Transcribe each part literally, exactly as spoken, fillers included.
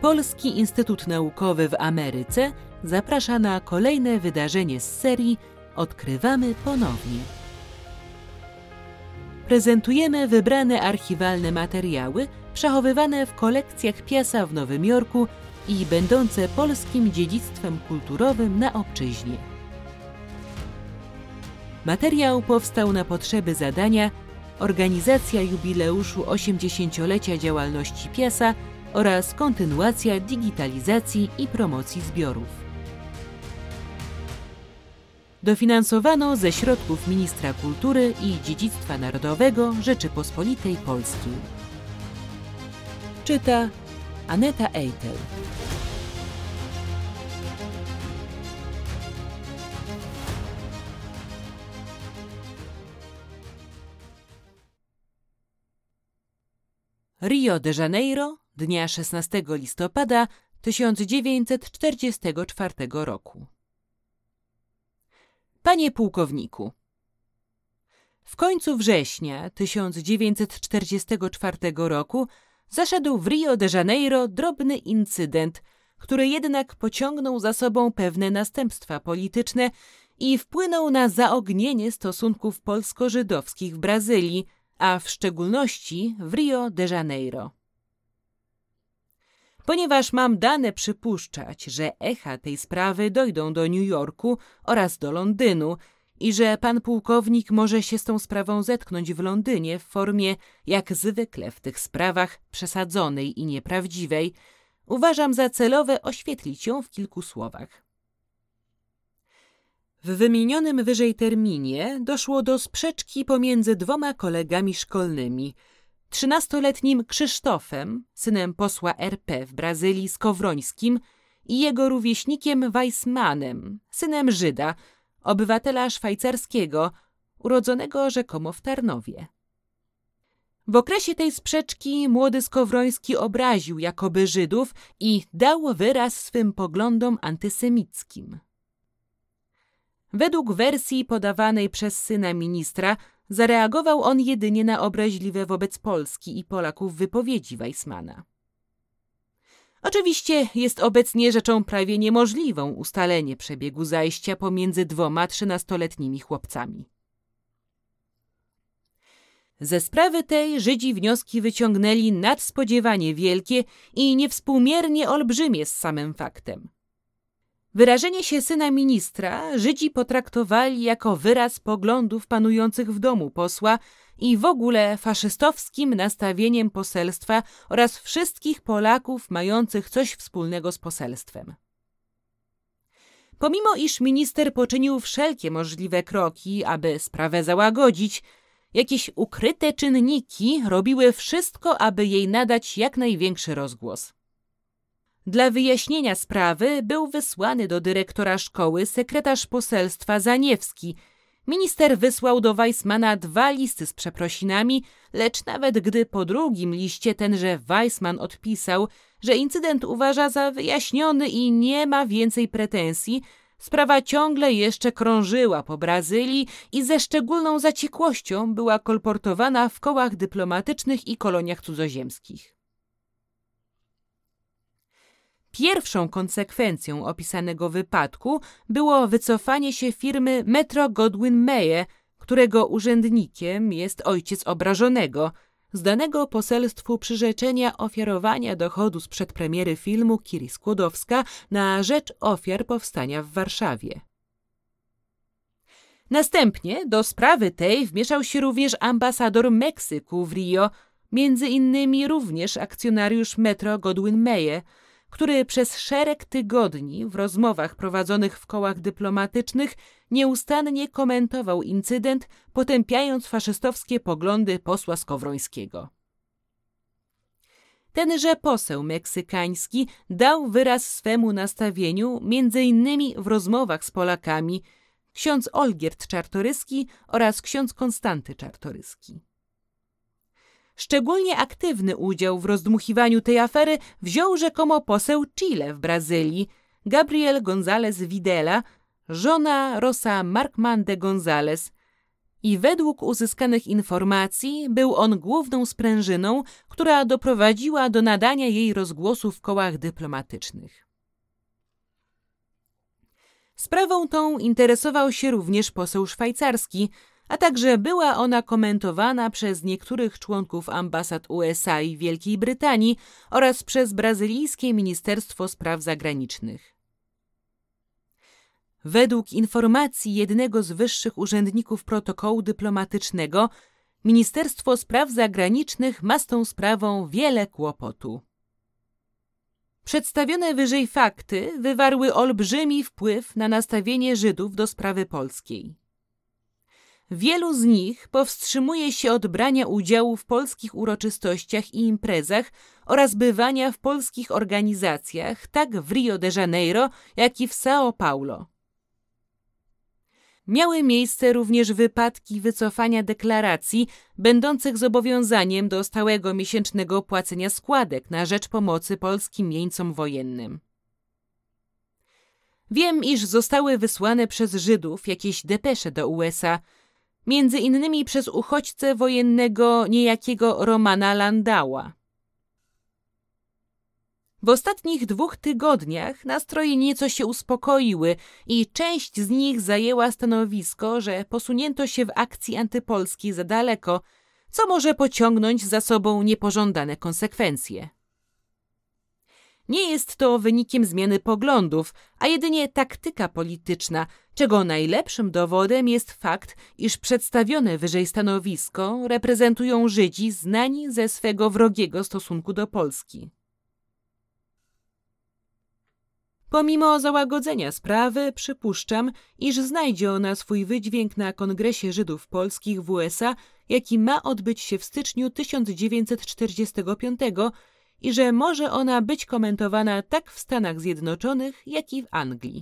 Polski Instytut Naukowy w Ameryce zaprasza na kolejne wydarzenie z serii Odkrywamy ponownie. Prezentujemy wybrane archiwalne materiały przechowywane w kolekcjach Piasa w Nowym Jorku i będące polskim dziedzictwem kulturowym na obczyźnie. Materiał powstał na potrzeby zadania Organizacja jubileuszu osiemdziesięciolecia działalności Piasa oraz kontynuacja digitalizacji i promocji zbiorów. Dofinansowano ze środków Ministra Kultury i Dziedzictwa Narodowego Rzeczypospolitej Polskiej. Czyta Aneta Eitel. Rio de Janeiro, dnia szesnastego listopada tysiąc dziewięćset czterdziestego czwartego roku. Panie pułkowniku, w końcu września tysiąc dziewięćset czterdziestego czwartego roku zaszedł w Rio de Janeiro drobny incydent, który jednak pociągnął za sobą pewne następstwa polityczne i wpłynął na zaognienie stosunków polsko-żydowskich w Brazylii, a w szczególności w Rio de Janeiro. Ponieważ mam dane przypuszczać, że echa tej sprawy dojdą do New Yorku oraz do Londynu i że pan pułkownik może się z tą sprawą zetknąć w Londynie w formie, jak zwykle w tych sprawach, przesadzonej i nieprawdziwej, uważam za celowe oświetlić ją w kilku słowach. W wymienionym wyżej terminie doszło do sprzeczki pomiędzy dwoma kolegami szkolnymi, trzynastoletnim Krzysztofem, synem posła R P w Brazylii Skowrońskim, i jego rówieśnikiem Weissmanem, synem Żyda, obywatela szwajcarskiego, urodzonego rzekomo w Tarnowie. W okresie tej sprzeczki młody Skowroński obraził jakoby Żydów i dał wyraz swym poglądom antysemickim. Według wersji podawanej przez syna ministra zareagował on jedynie na obraźliwe wobec Polski i Polaków wypowiedzi Weissmana. Oczywiście jest obecnie rzeczą prawie niemożliwą ustalenie przebiegu zajścia pomiędzy dwoma trzynastoletnimi chłopcami. Ze sprawy tej Żydzi wnioski wyciągnęli nadspodziewanie wielkie i niewspółmiernie olbrzymie z samym faktem. Wyrażenie się syna ministra Żydzi potraktowali jako wyraz poglądów panujących w domu posła i w ogóle faszystowskim nastawieniem poselstwa oraz wszystkich Polaków mających coś wspólnego z poselstwem. Pomimo iż minister poczynił wszelkie możliwe kroki, aby sprawę załagodzić, jakieś ukryte czynniki robiły wszystko, aby jej nadać jak największy rozgłos. Dla wyjaśnienia sprawy był wysłany do dyrektora szkoły sekretarz poselstwa Zaniewski. Minister wysłał do Weissmana dwa listy z przeprosinami, lecz nawet gdy po drugim liście tenże Weissman odpisał, że incydent uważa za wyjaśniony i nie ma więcej pretensji, sprawa ciągle jeszcze krążyła po Brazylii i ze szczególną zaciekłością była kolportowana w kołach dyplomatycznych i koloniach cudzoziemskich. Pierwszą konsekwencją opisanego wypadku było wycofanie się firmy Metro-Goldwyn-Mayer, którego urzędnikiem jest ojciec obrażonego, z danego poselstwu przyrzeczenia ofiarowania dochodu z przedpremiery filmu Kiri Skłodowska na rzecz ofiar powstania w Warszawie. Następnie do sprawy tej wmieszał się również ambasador Meksyku w Rio, między innymi również akcjonariusz Metro-Goldwyn-Mayer, który przez szereg tygodni w rozmowach prowadzonych w kołach dyplomatycznych nieustannie komentował incydent, potępiając faszystowskie poglądy posła Skowrońskiego. Tenże poseł meksykański dał wyraz swemu nastawieniu między innymi w rozmowach z Polakami, ksiądz Olgierd Czartoryski oraz ksiądz Konstanty Czartoryski. Szczególnie aktywny udział w rozdmuchiwaniu tej afery wziął rzekomo poseł Chile w Brazylii, Gabriel González Videla, żona Rosa Markman de González, I według uzyskanych informacji był on główną sprężyną, która doprowadziła do nadania jej rozgłosu w kołach dyplomatycznych. Sprawą tą interesował się również poseł szwajcarski, a także była ona komentowana przez niektórych członków ambasad U S A i Wielkiej Brytanii oraz przez brazylijskie Ministerstwo Spraw Zagranicznych. Według informacji jednego z wyższych urzędników protokołu dyplomatycznego, Ministerstwo Spraw Zagranicznych ma z tą sprawą wiele kłopotu. Przedstawione wyżej fakty wywarły olbrzymi wpływ na nastawienie Żydów do sprawy polskiej. Wielu z nich powstrzymuje się od brania udziału w polskich uroczystościach i imprezach oraz bywania w polskich organizacjach, tak w Rio de Janeiro, jak i w São Paulo. Miały miejsce również wypadki wycofania deklaracji, będących zobowiązaniem do stałego miesięcznego płacenia składek na rzecz pomocy polskim jeńcom wojennym. Wiem, iż zostały wysłane przez Żydów jakieś depesze do U S A, między innymi przez uchodźcę wojennego niejakiego Romana Landaua. W ostatnich dwóch tygodniach nastroje nieco się uspokoiły i część z nich zajęła stanowisko, że posunięto się w akcji antypolskiej za daleko, co może pociągnąć za sobą niepożądane konsekwencje. Nie jest to wynikiem zmiany poglądów, a jedynie taktyka polityczna, czego najlepszym dowodem jest fakt, iż przedstawione wyżej stanowisko reprezentują Żydzi znani ze swego wrogiego stosunku do Polski. Pomimo załagodzenia sprawy, przypuszczam, iż znajdzie ona swój wydźwięk na Kongresie Żydów Polskich w U S A, jaki ma odbyć się w styczniu tysiąc dziewięćset czterdziestego piątego i że może ona być komentowana tak w Stanach Zjednoczonych, jak i w Anglii.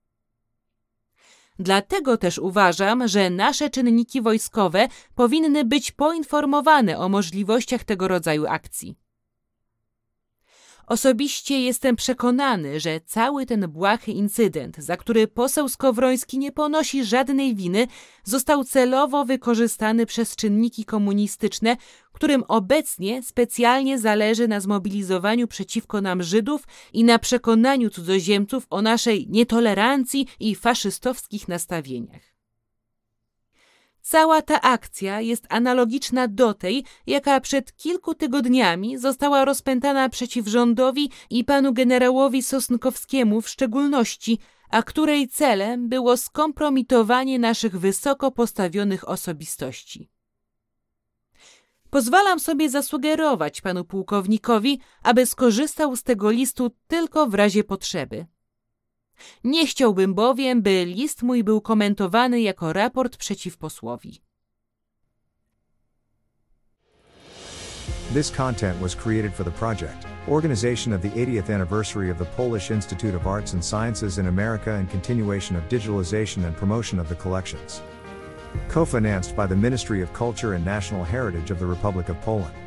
Dlatego też uważam, że nasze czynniki wojskowe powinny być poinformowane o możliwościach tego rodzaju akcji. Osobiście jestem przekonany, że cały ten błahy incydent, za który poseł Skowroński nie ponosi żadnej winy, został celowo wykorzystany przez czynniki komunistyczne, którym obecnie specjalnie zależy na zmobilizowaniu przeciwko nam Żydów i na przekonaniu cudzoziemców o naszej nietolerancji i faszystowskich nastawieniach. Cała ta akcja jest analogiczna do tej, jaka przed kilku tygodniami została rozpętana przeciw rządowi i panu generałowi Sosnkowskiemu w szczególności, a której celem było skompromitowanie naszych wysoko postawionych osobistości. Pozwalam sobie zasugerować panu pułkownikowi, aby skorzystał z tego listu tylko w razie potrzeby. Nie chciałbym bowiem, by list mój był komentowany jako raport przeciw posłowi. This content was created for the project, organization of the eightieth anniversary of the Polish Institute of Arts and Sciences in America and continuation of digitalization and promotion of the collections. Co-financed by the Ministry of Culture and National Heritage of the Republic of Poland.